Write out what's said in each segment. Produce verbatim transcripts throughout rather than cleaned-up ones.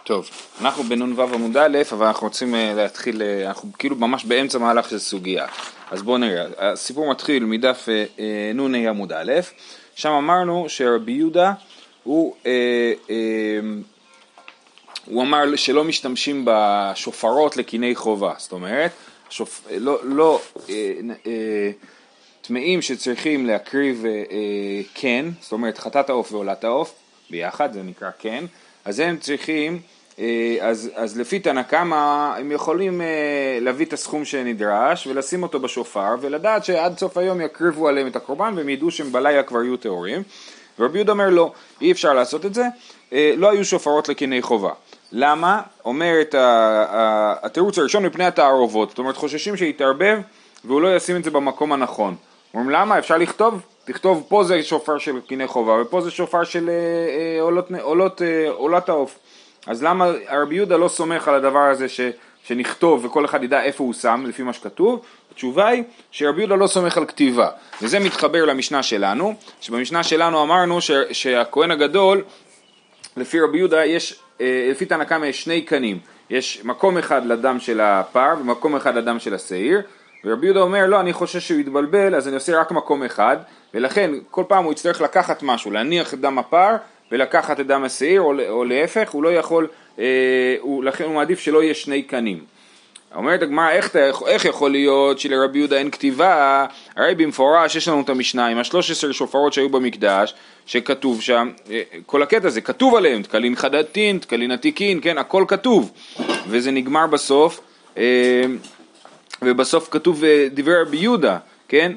טוב, אנחנו בנון ו' עמוד א', אבל אנחנו רוצים להתחיל, אנחנו כאילו ממש באמצע מהלך של סוגיה. אז בואו נראה, הסיפור מתחיל מדף נון עמוד א', שם אמרנו שרבי יהודה הוא, הוא אמר שלא משתמשים בשופרות לקיני חובה, זאת אומרת, שופ, לא, לא טמאים שצריכים להקריב כן, זאת אומרת חטאת העוף ועולת העוף ביחד, זה נקרא כן, אז הם צריכים, אז, אז לפי תנא קמא הם יכולים להביא את הסכום שנדרש ולשים אותו בשופר ולדעת שעד סוף היום יקריבו עליהם את הקורבן והם ידעו שהם בלילה כבר יהיו טהורים. ורבי יהודה אומר לא, אי אפשר לעשות את זה, לא היו שופרות לקיני חובה. למה? אומר את התירוץ הראשון מפני התערובות, זאת אומרת חוששים שיתערבב והוא לא ישים את זה במקום הנכון. אומרים למה? אפשר לכתוב, תכתוב פה זה שופר של קיני חובה ופה זה שופר של עולות, עולות, עולת העוף. אז למה רבי יהודה לא סומך על הדבר הזה ש, שנכתוב וכל אחד ידע איפה הוא שם לפי מה שכתוב? התשובה היא שרבי יהודה לא סומך על כתיבה, וזה מתחבר למשנה שלנו, שבמשנה שלנו אמרנו ש, שהכהן הגדול, לפי רבי יהודה יש, לפי תנא קמא יש שני קנים, יש מקום אחד לדם של הפר ומקום אחד לדם של השעיר, ורבי יהודה אומר לא, אני חושש שהוא יתבלבל, אז אני עושה רק מקום אחד, ולכן כל פעם הוא יצטרך לקחת משהו, להניח את דם הפר ולקחת את דם השעיר, או, או להפך, הוא לא יכול, אה, הוא, לכן הוא מעדיף שלא יהיה שני קנים. אומרת הגמרא, איך, איך יכול להיות שלרבי יהודה אין כתיבה? הרי במפורש יש לנו את המשנה עם השלוש עשרה שופרות שהיו במקדש, שכתוב שם, כל הקטע הזה כתוב עליהם, תקלין חדתין, תקלין עתיקין, כן, הכל כתוב, וזה נגמר בסוף, אה, ובסוף כתוב דברי רבי יהודה, כן?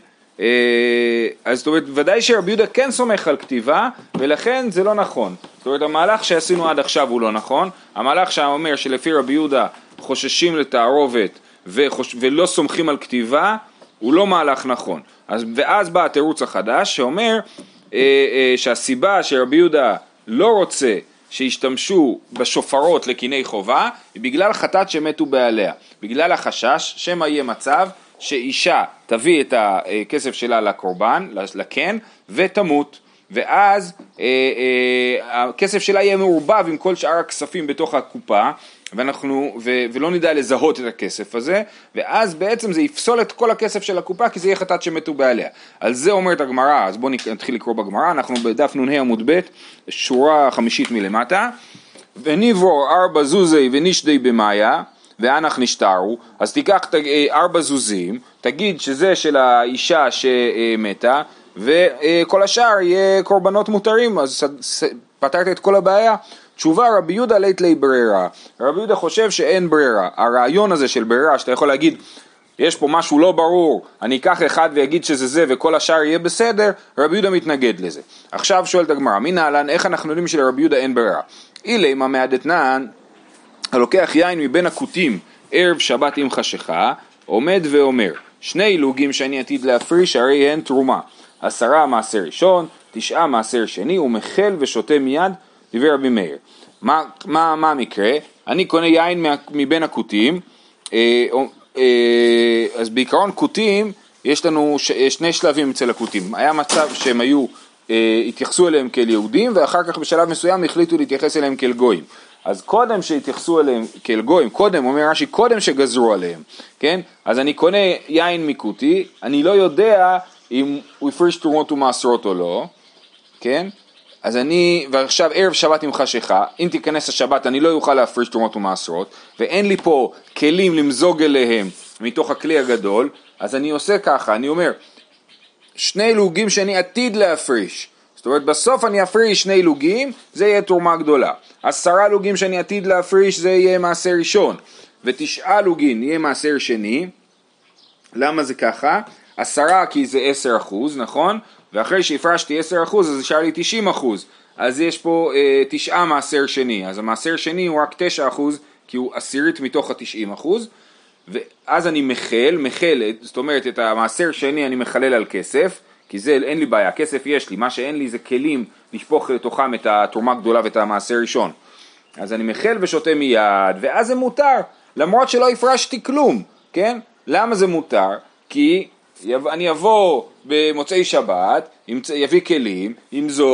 אז זאת אומרת, ודאי שרבי יהודה כן סומך על כתיבה, ולכן זה לא נכון. זאת אומרת, המהלך שעשינו עד עכשיו הוא לא נכון, המהלך שאומר שלפי רבי יהודה חוששים לתערובת וחוש... ולא סומכים על כתיבה, הוא לא מהלך נכון. אז, ואז בא התירוץ החדש שאומר אה, אה, שהסיבה שרבי יהודה לא רוצה שהשתמשו בשופרות לקיני חובה, היא בגלל חטאת שמתו בעליה, בגלל החשש שמא יהיה מצב שאישה תביא את הכסף שלה לקורבן, לקן, ותמות, ואז אה, אה, הכסף שלה יהיה מעורבב עם כל שאר הכספים בתוך הקופה, ואנחנו, ו, ולא נדע לזהות את הכסף הזה, ואז בעצם זה יפסול את כל הכסף של הקופה, כי זה יהיה חטאת שמתו בעליה. על זה אומרת הגמרא, אז בואו נתחיל לקרוא בגמרא, אנחנו בדף נ"ה עמוד ב', שורה חמישית מלמטה, וניבור ארבע זוזי ונשדי במאיה, ואנך נשתרו, אז תיקח ארבע זוזים, תגיד שזה של האישה שמתה, וכל השאר יהיה קורבנות מותרים, אז פתרת את כל הבעיה. תשובה, רבי יהודה לית לי ברירה, רבי יהודה חושב שאין ברירה, הרעיון הזה של ברירה, שאתה יכול להגיד, יש פה משהו לא ברור, אני אקח אחד ויגיד שזה זה וכל השאר יהיה בסדר, רבי יהודה מתנגד לזה. עכשיו שואלת הגמרא, מי נעלן, איך אנחנו יודעים שלרבי יהודה אין ברירה? אילי מה מהדתנן, הלוקח יין מבין הכותים ערב שבת עם חשיכה, עומד ואומר, שני לוגים שאני עתיד להפריש הרי הן תרומה, עשרה מעשר ראשון, תשעה מעשר שני, ומחל ושותה מיד, דבר רבי מאיר. מה, מה, מה המקרה? אני קונה יין מבין הכותים, אה, אה, אז בעיקרון כותים, יש לנו ש, שני שלבים אצל הכותים, היה מצב שהם היו, אה, התייחסו אליהם כאל יהודים, ואחר כך בשלב מסוים החליטו להתייחס אליהם כאל גויים. אז קודם שהתייחסו אליהם כאל גויים, קודם, אומר רש"י, קודם שגזרו עליהם, כן? אז אני קונה יין מקוטי, אני לא יודע אם הוא הפריש תרומות ומעשרות או לא, כן? אז אני, ועכשיו ערב שבת עם חשיכה, אם תיכנס השבת אני לא יוכל להפריש תרומות ומעשרות, ואין לי פה כלים למזוג אליהם מתוך הכלי הגדול, אז אני עושה ככה, אני אומר, שני לוגים שאני עתיד להפריש, זאת אומרת, בסוף אני אפריש שני לוגים, זה יהיה תרומה גדולה. עשרה לוגים שאני עתיד להפריש, זה יהיה מעשר ראשון. ותשעה לוגים יהיה מעשר שני. למה זה ככה? עשרה כי זה עשר אחוז, נכון? ואחרי שהפרשתי עשר אחוז, אז נשאר לי תשעים אחוז. אז יש פה אה, תשעה מעשר שני. אז המעשר שני הוא רק תשע אחוז, כי הוא עשירית מתוך ה-תשעים אחוז. ואז אני מחל, מחלת, זאת אומרת, את המעשר שני אני מחלל על כסף, כי זה אין לי בעיה, כסף יש לי, מה שאין לי זה כלים לשפוך לתוכם את התרומה הגדולה ואת המעשר ראשון. אז אני מחל ושותה מיד, ואז זה מותר, למרות שלא הפרשתי כלום, כן? למה זה מותר? כי אני אבוא במוצאי שבת, יביא כלים, ימזוג,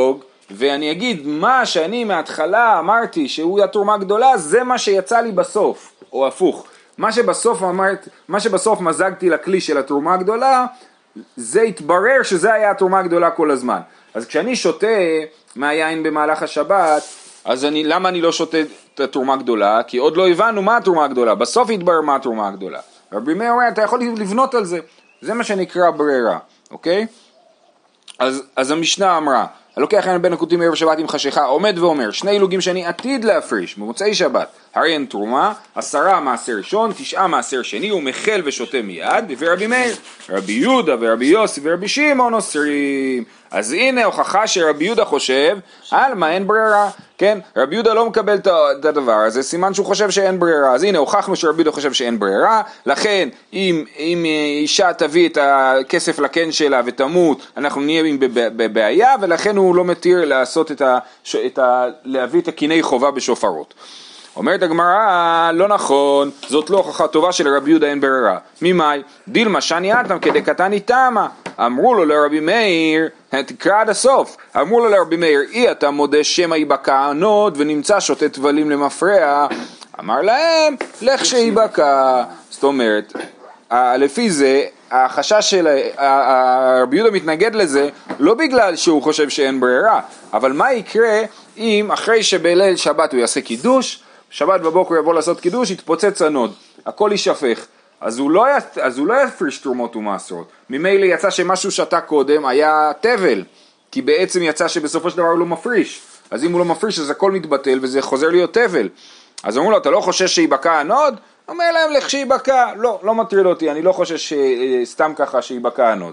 ואני אגיד מה שאני מההתחלה אמרתי שהוא התרומה גדולה, זה מה שיצא לי בסוף, או הפוך. מה שבסוף אמרת, מה שבסוף מזגתי לכלי של התרומה הגדולה, זה התברר שזה היה התרומה הגדולה כל הזמן. אז כשאני שותה מהיין במהלך השבת, אז אני, למה אני לא שותה את התרומה הגדולה? כי עוד לא הבנו מה התרומה הגדולה, בסוף התברר מה התרומה הגדולה. רבי מאיר אומר, אתה יכול לבנות על זה, זה מה שנקרא ברירה, אוקיי? אז, אז המשנה אמרה, הלוקח אין בין הכותים ערב שבת עם חשיכה, עומד ואומר, שני הילוגים שאני עתיד להפריש במוצאי שבת, הרי אין תרומה, עשרה מעשר ראשון, תשעה מעשר שני, הוא מחל ושותה מיד, ורבי מאיר, רבי יהודה ורבי יוסי ורבי שמעון אוסרים. אז הנה הוכחה שרבי יהודה חושב, על מה אין ברירה, כן? רבי יהודה לא מקבל את הדבר הזה, סימן שהוא חושב שאין ברירה, אז הנה הוכחנו שרבי יהודה חושב שאין ברירה, לכן אם, אם אישה תביא את הכסף לקן שלה ותמות, אנחנו נהיה בבעיה, ולכן הוא לא מתיר לעשות את ה, את ה, להביא את הקיני חובה בשופרות. אומרת הגמרא, לא נכון, זאת לא הוכחה טובה של רבי יהודה אין ברירה. ממאי? דילמה שני אתם כדקתני תמה. אמרו לו לרבי מאיר, תקרא עד הסוף, אמרו לו לרבי מאיר, אי אתה מודה שמא ייבקע ענוד ונמצא שותה טבלים למפרע. אמר להם, לך שיבקע. זאת אומרת, לפי זה, החשש של רבי יהודה מתנגד לזה, לא בגלל שהוא חושב שאין ברירה, אבל מה יקרה אם אחרי שבליל שבת הוא יעשה קידוש, שבת בבוקר יבוא לעשות קידוש, יתפוצץ ענוד, הכל יישפך, אז הוא לא, אז הוא לא יפריש תרומות ומעשרות. ממילא יצא שמשהו שתה קודם היה טבל, כי בעצם יצא שבסופו של דבר הוא לא מפריש, אז אם הוא לא מפריש אז הכל מתבטל וזה חוזר להיות טבל. אז אמרו לו, אתה לא חושש שיבקע ענוד? אומר להם, לך שיבקע, לא, לא מטריד אותי, אני לא חושש סתם ככה שיבקע ענוד.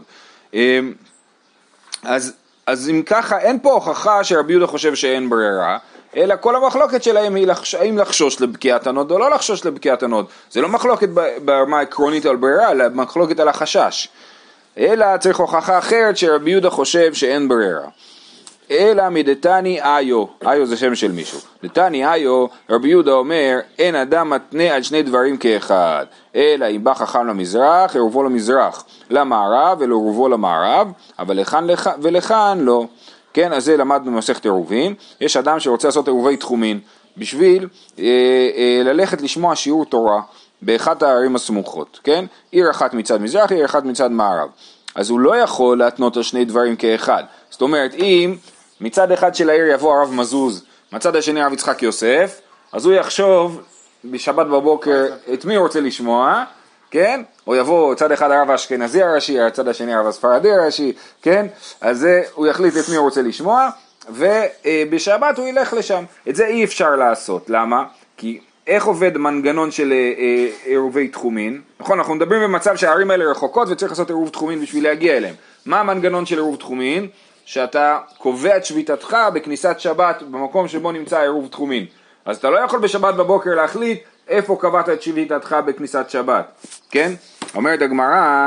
אז, אז אם ככה, אין פה הוכחה שרבי יהודה חושב שאין ברירה, אלא כל המחלוקת שלהם היא לחש... האם לחשוש לבקיעת ענוד או לא לחשוש לבקיעת ענוד. זה לא מחלוקת ברמה עקרונית על ברירה, אלא מחלוקת על החשש. אלא צריך הוכחה אחרת שרבי יהודה חושב שאין ברירה. אלא מדתני איו, איו זה שם של מישהו. דתני איו, רבי יהודה אומר, אין אדם מתנה על שני דברים כאחד. אלא אם בא חכם למזרח, עירובו למזרח, למערב ולעירובו למערב, אבל לכאן ולכאן לא. כן, אז זה למדנו במסכת עירובין. יש אדם שרוצה לעשות עירובי תחומין, בשביל אה, אה, ללכת לשמוע שיעור תורה באחת הערים הסמוכות, כן? עיר אחת מצד מזרח, עיר אחת מצד מערב. אז הוא לא יכול להתנות על שני דברים כאחד. זאת אומרת, אם מצד אחד של העיר יבוא הרב מזוז, מצד השני הרב יצחק יוסף, אז הוא יחשוב בשבת בבוקר את מי הוא רוצה לשמוע, כן? או יבוא צד אחד הרב האשכנזי הראשי, הצד השני הרב הספרדי הראשי, כן? אז זה, הוא יחליט את מי הוא רוצה לשמוע, ובשבת הוא ילך לשם. את זה אי אפשר לעשות. למה? כי איך עובד מנגנון של עירובי תחומין? נכון, אנחנו מדברים במצב שהערים האלה רחוקות וצריך לעשות עירוב תחומין בשביל להגיע אליהם. מה המנגנון של עירוב תחומין? שאתה קובע את שביתתך בכניסת שבת במקום שבו נמצא עירוב תחומין. אז אתה לא יכול בשבת בבוקר להחליט איפה קבעת את שביתתך בכניסת שבת. כן? אומרת הגמרא,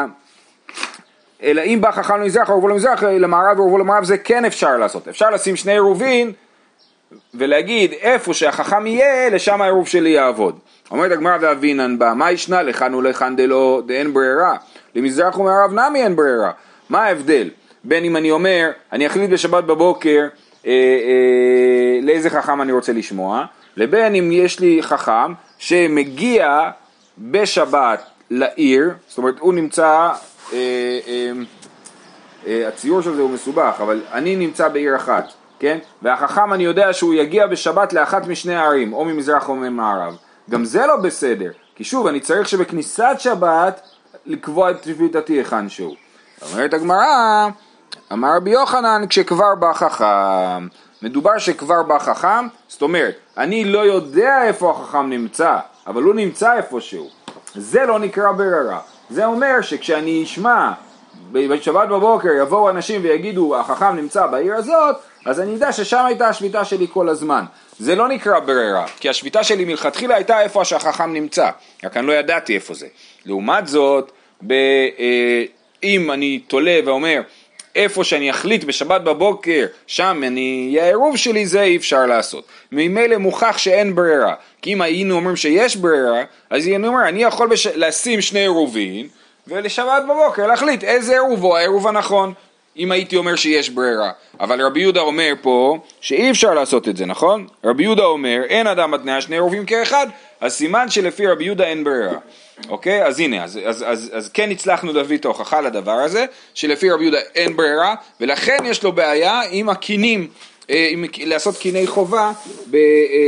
אלא אם בא חכם למזרח, עירובו למזרח, למערב עירובו למערב, זה כן אפשר לעשות. אפשר לשים שני עירובין ולהגיד איפה שהחכם יהיה, לשם העירוב שלי יעבוד. אומרת הגמרא ואבינן בה, מה ישנה לכאן ולכאן דלא, דאין ברירה? למזרח ומערב נמי אין ברירה. מה ההבדל? בין אם אני אומר, אני אחליט בשבת בבוקר אה, אה, לאיזה חכם אני רוצה לשמוע, לבין אם יש לי חכם שמגיע בשבת לעיר, זאת אומרת הוא נמצא, אה, אה, אה, הציור של זה הוא מסובך, אבל אני נמצא בעיר אחת, כן? והחכם אני יודע שהוא יגיע בשבת לאחת משני הערים, או ממזרח או ממערב. גם זה לא בסדר, כי שוב אני צריך שבכניסת שבת לקבוע את שביתתי היכן שהוא. אומרת הגמרא, אמר רבי יוחנן, כשכבר בא חכם, מדובר שכבר בא חכם, זאת אומרת, אני לא יודע איפה החכם נמצא, אבל הוא נמצא איפשהו. זה לא נקרא ברירה. זה אומר שכשאני אשמע, בשבת בבוקר יבואו אנשים ויגידו, החכם נמצא בעיר הזאת, אז אני יודע ששם הייתה השביתה שלי כל הזמן. זה לא נקרא ברירה, כי השביתה שלי מלכתחילה הייתה איפה שהחכם נמצא, רק אני לא ידעתי איפה זה. לעומת זאת, ב, אה, אם אני תולה ואומר, איפה שאני אחליט בשבת בבוקר, שם אני, העירוב שלי זה אי אפשר לעשות. ממילא מוכח שאין ברירה, כי אם היינו אומרים שיש ברירה, אז היינו אומרים, אני יכול בש... לשים שני עירובים, ולשבת בבוקר להחליט איזה עירוב הוא העירוב הנכון. אם הייתי אומר שיש ברירה, אבל רבי יהודה אומר פה שאי אפשר לעשות את זה, נכון? רבי יהודה אומר אין אדם מתניה שני רובים כאחד, אז סימן שלפי רבי יהודה אין ברירה, אוקיי? אז הנה, אז, אז, אז, אז כן הצלחנו להביא את ההוכחה לדבר הזה, שלפי רבי יהודה אין ברירה, ולכן יש לו בעיה עם הקינים, עם, לעשות קיני חובה ב,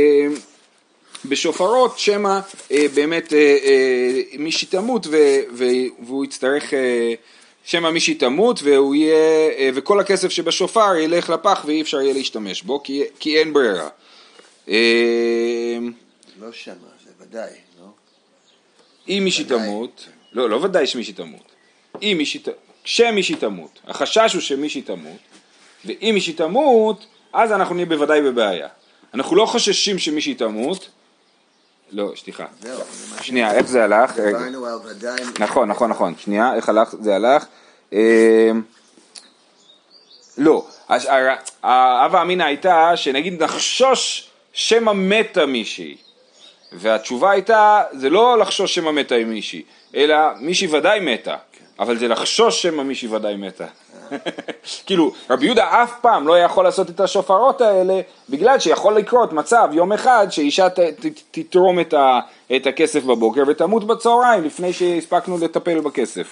בשופרות, שמה באמת מי שתמות והוא יצטרך... שמה מישהי תמות והוא יהיה, וכל הכסף שבשופר ילך לפח ואי אפשר יהיה להשתמש בו, כי, כי אין ברירה. לא שמה, זה ודאי, לא? אם מישהי תמות, לא, לא ודאי שמישהי תמות. אם מישהי, כשמישהי תמות, החשש הוא שמישהי תמות, ואם מישהי תמות, אז אנחנו נהיה בוודאי בבעיה. אנחנו לא חוששים שמישהי תמות, לא, שתיכה. שנייה, איך זה הלך? נכון, נכון, נכון. שנייה, איך הלך? זה הלך. לא, האבה אמינה הייתה שנגיד נחשוש שמה מתה מישהי. והתשובה הייתה, זה לא לחשוש שמה מתה מישהי, אלא מישהי ודאי מתה. אבל זה לחשוש שמה מישהי ודאי מתה. כאילו, רבי יהודה אף פעם לא יכול לעשות את השופרות האלה, בגלל שיכול לקרות מצב יום אחד שאישה תתרום את הכסף בבוקר ותמות בצהריים לפני שהספקנו לטפל בכסף.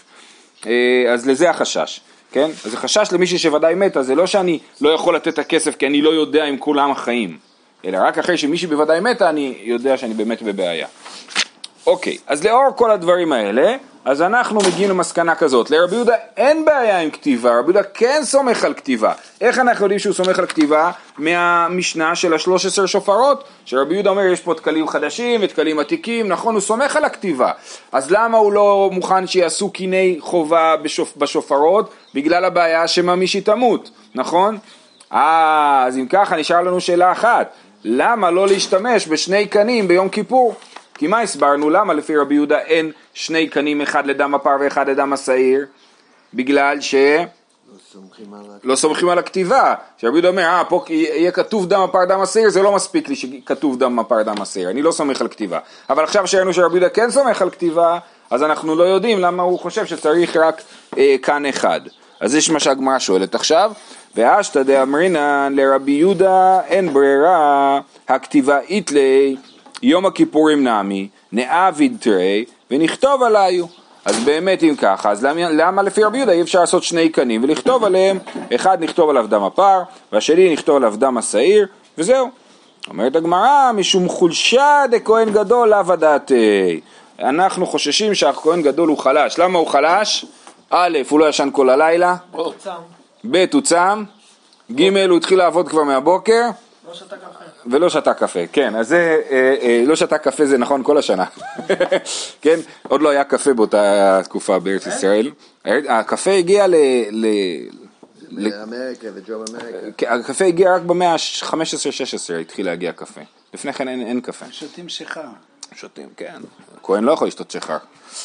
אז לזה החשש, כן? אז החשש למישהי שוודאי מתה, זה לא שאני לא יכול לתת את הכסף כי אני לא יודע אם כולם החיים, אלא רק אחרי שמישהי בוודאי מתה אני יודע שאני באמת בבעיה. אוקיי, אז לאור כל הדברים האלה, אז אנחנו מגיעים למסקנה כזאת, לרבי יהודה אין בעיה עם כתיבה, רבי יהודה כן סומך על כתיבה. איך אנחנו יודעים שהוא סומך על כתיבה? מהמשנה של השלוש עשר שופרות, שרבי יהודה אומר יש פה תקלים חדשים ותקלים עתיקים, נכון, הוא סומך על הכתיבה. אז למה הוא לא מוכן שיעשו קיני חובה בשופ, בשופרות? בגלל הבעיה שמה מישהי תמות, נכון? אה, אז אם ככה נשאר לנו שאלה אחת, למה לא להשתמש בשני קנים ביום כיפור? כי מה הסברנו? למה לפי רבי יהודה אין שני קנים, אחד לדם הפר ואחד לדם השעיר? בגלל ש... לא סומכים על, לא סומכים על הכתיבה. שרבי יהודה אומר, אה, פה יהיה כתוב דם הפר דם השעיר, זה לא מספיק לי שכתוב דם הפר דם השעיר, אני לא סומך על כתיבה. אבל עכשיו שראינו שרבי יהודה כן סומך על כתיבה, אז אנחנו לא יודעים למה הוא חושב שצריך רק אה, קן אחד. אז יש מה שהגמרא שואלת עכשיו, ואשתא דאמרינן לרבי יהודה אין ברירה, הכתיבה איתלי, יום הכיפורים נעמי, נעביד תראי, ונכתוב עליו. אז באמת אם ככה, אז למה, למה לפי רבי יהודה אי אפשר לעשות שני קנים ולכתוב עליהם, אחד נכתוב עליו דם הפר, והשני נכתוב עליו דם השעיר, וזהו. אומרת הגמרא, משום חולשה דכהן גדול לאו דעתי. אנחנו חוששים שהכהן גדול הוא חלש. למה הוא חלש? א', הוא לא ישן כל הלילה, ב', הוא צם, ג', הוא התחיל לעבוד כבר מהבוקר, לא שתה קפה. ולא שתה קפה, כן, אז זה, אה, אה, לא שתה קפה זה נכון כל השנה, כן, עוד לא היה קפה באותה תקופה בארץ ישראל, הקפה הגיע ל... ל... לאמריקה ודרום אמריקה. הקפה הגיע רק במאה ה-חמש עשרה שש עשרה, התחיל להגיע קפה, לפני כן אין, אין קפה. שותים שיכר. שותים, כן, כהן לא יכול לשתות שיכר.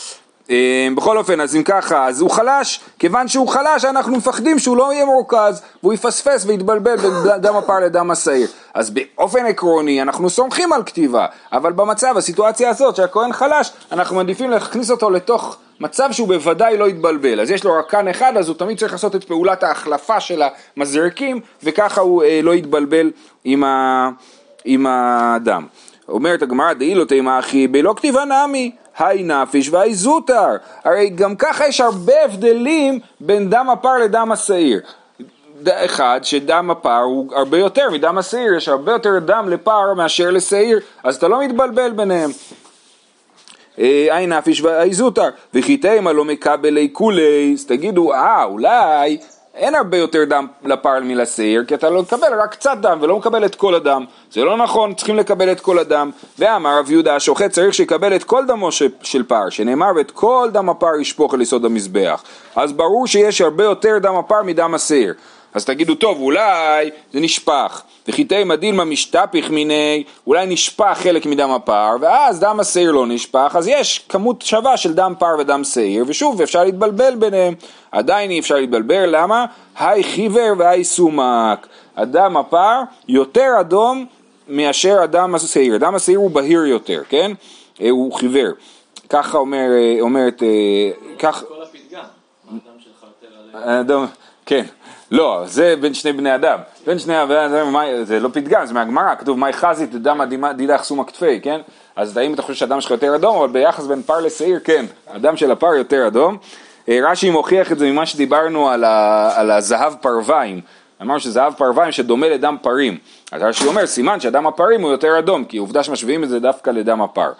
בכל אופן, אז אם ככה, אז הוא חלש, כיוון שהוא חלש אנחנו מפחדים שהוא לא יהיה מורכז והוא יפספס ויתבלבל בין דם הפר לדם השעיר. אז באופן עקרוני אנחנו סומכים על כתיבה, אבל במצב, הסיטואציה הזאת שהכהן חלש, אנחנו מעדיפים להכניס אותו לתוך מצב שהוא בוודאי לא יתבלבל. אז יש לו רק כאן אחד, אז הוא תמיד צריך לעשות את פעולת ההחלפה של המזרקים, וככה הוא אה, לא יתבלבל עם, ה, עם הדם. אומרת הגמרא, דאי לא תימא אחי, בלא כתיבה נמי, היי נפיש והי זוטר. הרי גם ככה יש הרבה הבדלים בין דם הפר לדם השעיר. אחד, שדם הפר הוא הרבה יותר מדם השעיר, יש הרבה יותר דם לפר מאשר לשעיר, אז אתה לא מתבלבל ביניהם. היי נפיש והי זוטר, וכי תימא לא מקבלי כולי, אז תגידו, אה, אולי אין הרבה יותר דם לפר מלשעיר, כי אתה לא מקבל רק קצת דם ולא מקבל את כל הדם. זה לא נכון, צריכים לקבל את כל הדם. ואמר רב יהודה השוחט צריך שיקבל את כל דמו של פר, שנאמר ואת כל דם הפר ישפוך אל יסוד המזבח. אז ברור שיש הרבה יותר דם הפר מדם השעיר. אז תגידו, טוב, אולי זה נשפך, וכי תימא דילמא משתפך מיני, אולי נשפך חלק מדם הפר, ואז דם השעיר לא נשפך, אז יש כמות שווה של דם פר ודם שעיר, ושוב אפשר להתבלבל ביניהם. עדיין אי אפשר להתבלבל, למה? היי חיוור והי סומק. הדם הפר יותר אדום מאשר הדם השעיר. הדם השעיר הוא בהיר יותר, כן? הוא חיוור. ככה אומר, אומרת, כך... כל הפתגם, הדם שלך יותר עליהם. כן. לא, זה בין שני בני אדם. בין שני בני אדם, זה לא פתגם, זה מהגמרא, כתוב מי חזית דם דידך סום הכתפי, כן? אז האם אתה חושב שהדם שלך יותר אדום, אבל ביחס בין פר לשעיר, כן, הדם של הפר יותר אדום. רש"י מוכיח את זה ממה שדיברנו על, ה, על הזהב פרוויים. אמרנו שזהב פרוויים שדומה לדם פרים. אז רש"י אומר, סימן שהדם הפרים הוא יותר אדום, כי עובדה שמשווים את זה דווקא לדם הפר.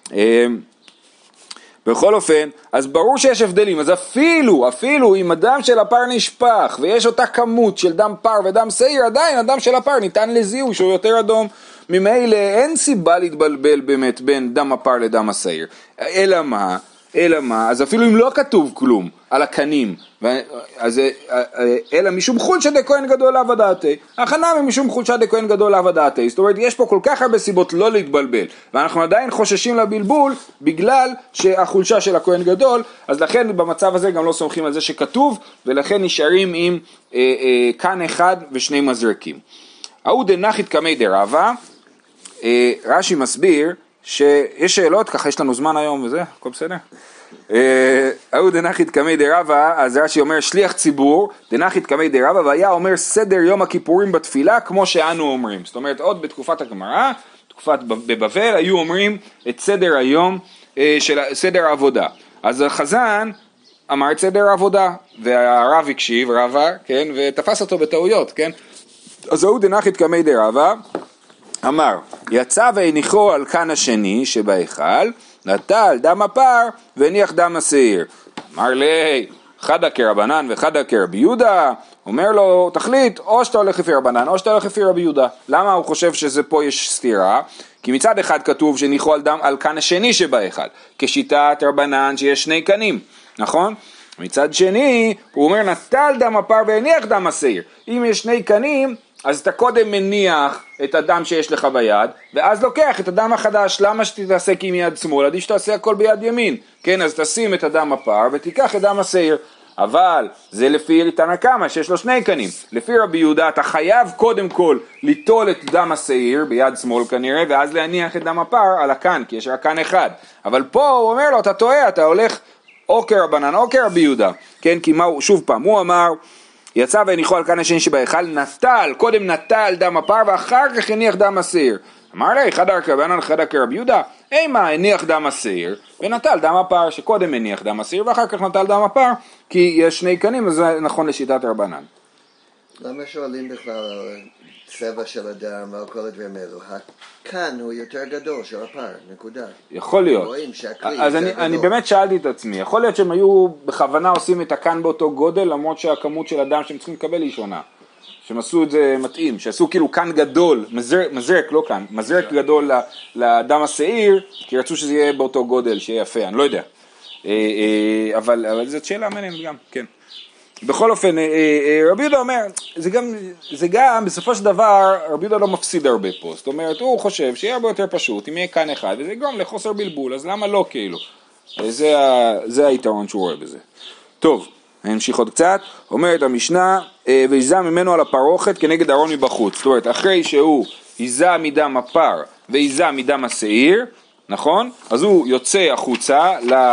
בכל אופן, אז ברור שיש הבדלים, אז אפילו, אפילו אם הדם של הפר נשפך, ויש אותה כמות של דם פר ודם שעיר, עדיין הדם של הפר ניתן לזיהוי שהוא יותר אדום. ממילא אין סיבה להתבלבל באמת בין דם הפר לדם השעיר. אלא מה? אלא מה? אז אפילו אם לא כתוב כלום על הקנים, אז, אלא משום חולשא דכהן גדול לאו הדעתי, הכנה משום חולשא דכהן גדול לאו הדעתי, זאת אומרת יש פה כל כך הרבה סיבות לא להתבלבל, ואנחנו עדיין חוששים לבלבול בגלל שהחולשה של הכהן גדול, אז לכן במצב הזה גם לא סומכים על זה שכתוב, ולכן נשארים עם אה, אה, כאן אחד ושני מזרקים. ההוא דנחית קמי דרבא, אה, רש"י מסביר, שיש שאלות, ככה יש לנו זמן היום וזה, הכל בסדר? ההוא דנחית קמי דרבא, אז רש"י אומר שליח ציבור, דנחית קמי דרבא, והיה אומר סדר יום הכיפורים בתפילה, כמו שאנו אומרים. זאת אומרת, עוד בתקופת הגמרא, תקופת בבבל, היו אומרים את סדר היום, של סדר העבודה. אז החזן אמר את סדר העבודה, והרב הקשיב, רבא, כן, ותפס אותו בטעויות, כן? אז ההוא דנחית קמי דרבא, אמר, יצא והניחו על כאן השני שבהיכל, נטל דם הפר והניח דם השעיר. אמר לי, חדה כרבנן וחדה כרבי יהודה, אומר לו, תחליט, או שאתה הולך לפי רבנן, או שאתה הולך לפי רבי יהודה. למה הוא חושב שזה פה יש סתירה? כי מצד אחד כתוב שניחו על, דם, על כאן השני שבהיכל, כשיטת רבנן שיש שני קנים, נכון? מצד שני, הוא אומר, נטל דם הפר והניח דם השעיר. אם יש שני קנים, אז אתה קודם מניח את הדם שיש לך ביד, ואז לוקח את הדם החדש. למה שתתעסק עם יד שמאל? עדיף שתעשה הכל ביד ימין. כן, אז תשים את הדם הפר ותיקח את דם השעיר. אבל זה לפי תנא קמא שיש לו שני קנים. לפי רבי יהודה אתה חייב קודם כל ליטול את דם השעיר ביד שמאל כנראה, ואז להניח את דם הפר על הקן, כי יש רק קן אחד. אבל פה הוא אומר לו, אתה טועה, אתה הולך או כרבנן או כרבי יהודה. כן, כי מה הוא, שוב פעם, הוא אמר, יצא והניחו על כאן השני שבהיכל, נטל, קודם נטל דם הפר ואחר כך הניח דם השעיר. אמר לי, חדה כרבנן חדה כרבי יהודה, אימה הניח דם השעיר ונטל דם הפר, שקודם הניח דם השעיר ואחר כך נטל דם הפר, כי יש שני קנים, אז זה נכון לשיטת רבנן. למה שואלים בכלל צבע של הדם ועל כל הדברים האלו? כאן הוא יותר גדול של הפר, נקודה. יכול להיות. אז אני, אני באמת שאלתי את עצמי, יכול להיות שהם היו בכוונה עושים את הכאן באותו גודל, למרות שהכמות של הדם שהם צריכים לקבל היא שונה. שהם עשו את זה מתאים, שעשו כאילו כאן גדול, מזרק, מזרק לא כאן, מזרק גדול לדם השעיר, כי רצו שזה יהיה באותו גודל, שיהיה יפה, אני לא יודע. אבל, אבל זאת שאלה מעניינת גם, כן. בכל אופן, רבי יהודה אומר, זה גם, זה גם, בסופו של דבר, רבי יהודה לא מפסיד הרבה פה, זאת אומרת, הוא חושב שיהיה הרבה יותר פשוט, אם יהיה כאן אחד, וזה יגרום לחוסר בלבול, אז למה לא כאילו? זה, זה היתרון שהוא רואה בזה. טוב, נמשיך עוד קצת, אומרת המשנה, ויזה ממנו על הפרוכת כנגד ארון מבחוץ, זאת אומרת, אחרי שהוא יזה מדם הפר, ויזה מדם השעיר, נכון? אז הוא יוצא החוצה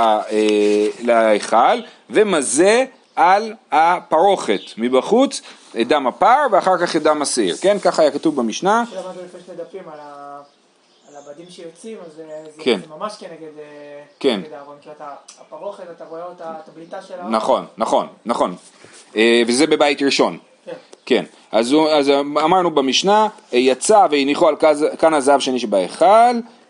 להיכל, ומזה על הפרוכת מבחוץ, את דם הפר ואחר כך את דם השעיר, כן? ככה היה כתוב במשנה. שלמדנו לפני שני דפים על, ה... על הבדים שיוצאים, אז זה, כן. זה ממש כנגד, כן. כנגד הארון, כי אתה, הפרוכת, אתה רואה אותה, את הבליטה של הארון. נכון, נכון, נכון. וזה בבית ראשון. כן. כן. אז, אז אמרנו במשנה, יצא והניחו על כאן הזהב שני שבהיכל,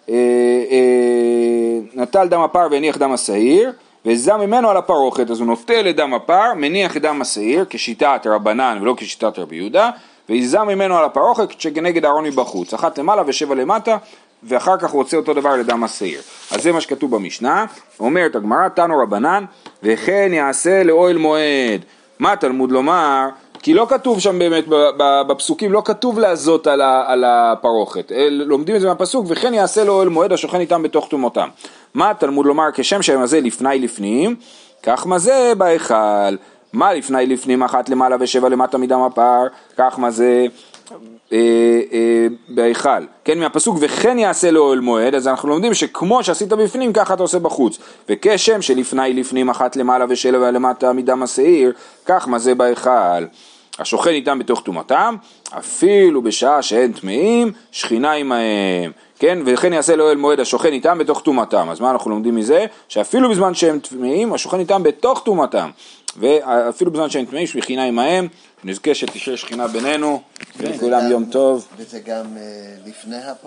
נטל דם הפר והניח דם השעיר, וזה ממנו על הפרוכת, אז הוא נוטל את דם הפר, מניח את דם השעיר, כשיטת רבנן ולא כשיטת רבי יהודה, ויזה ממנו על הפרוכת שכנגד הארון מבחוץ, אחת למעלה ושבע למטה, ואחר כך הוא רוצה אותו דבר לדם השעיר. אז זה מה שכתוב במשנה, אומרת הגמרא, תנו רבנן, וכן יעשה לאוהל מועד. מה תלמוד לומר? כי לא כתוב שם באמת, בפסוקים לא כתוב לעזות על הפרוכת, לומדים את זה מהפסוק, וכן יעשה לאוהל מועד השוכן איתם בתוך תומותם. מה תלמוד לומר? כשם שמזה לפני לפנים, כך מזה בהיכל. מה לפני לפנים? אחת למעלה ושבע למטה מדם הפר, כך מזה אה, אה, בהיכל. כן, מהפסוק וכן יעשה לאוהל מועד, אז אנחנו לומדים שכמו שעשית בפנים, ככה אתה עושה בחוץ. וכשם שלפני לפנים, אחת למעלה ושבע למטה מדם השעיר, כך מזה בהיכל. השוכן איתם בתוך טומאתם, אפילו בשעה שאין טמאים, שכינה עמהם. כן, וכן יעשה לאוהל מועד השוכן איתם בתוך טומאתם. אז מה אנחנו לומדים מזה? שאפילו בזמן שהם טמאים, השוכן איתם בתוך טומאתם. ואפילו בזמן שהם טמאים, שכינה עמהם. נזכה שתשאר שכינה בינינו. וכולם יום טוב. וזה גם לפני הפ...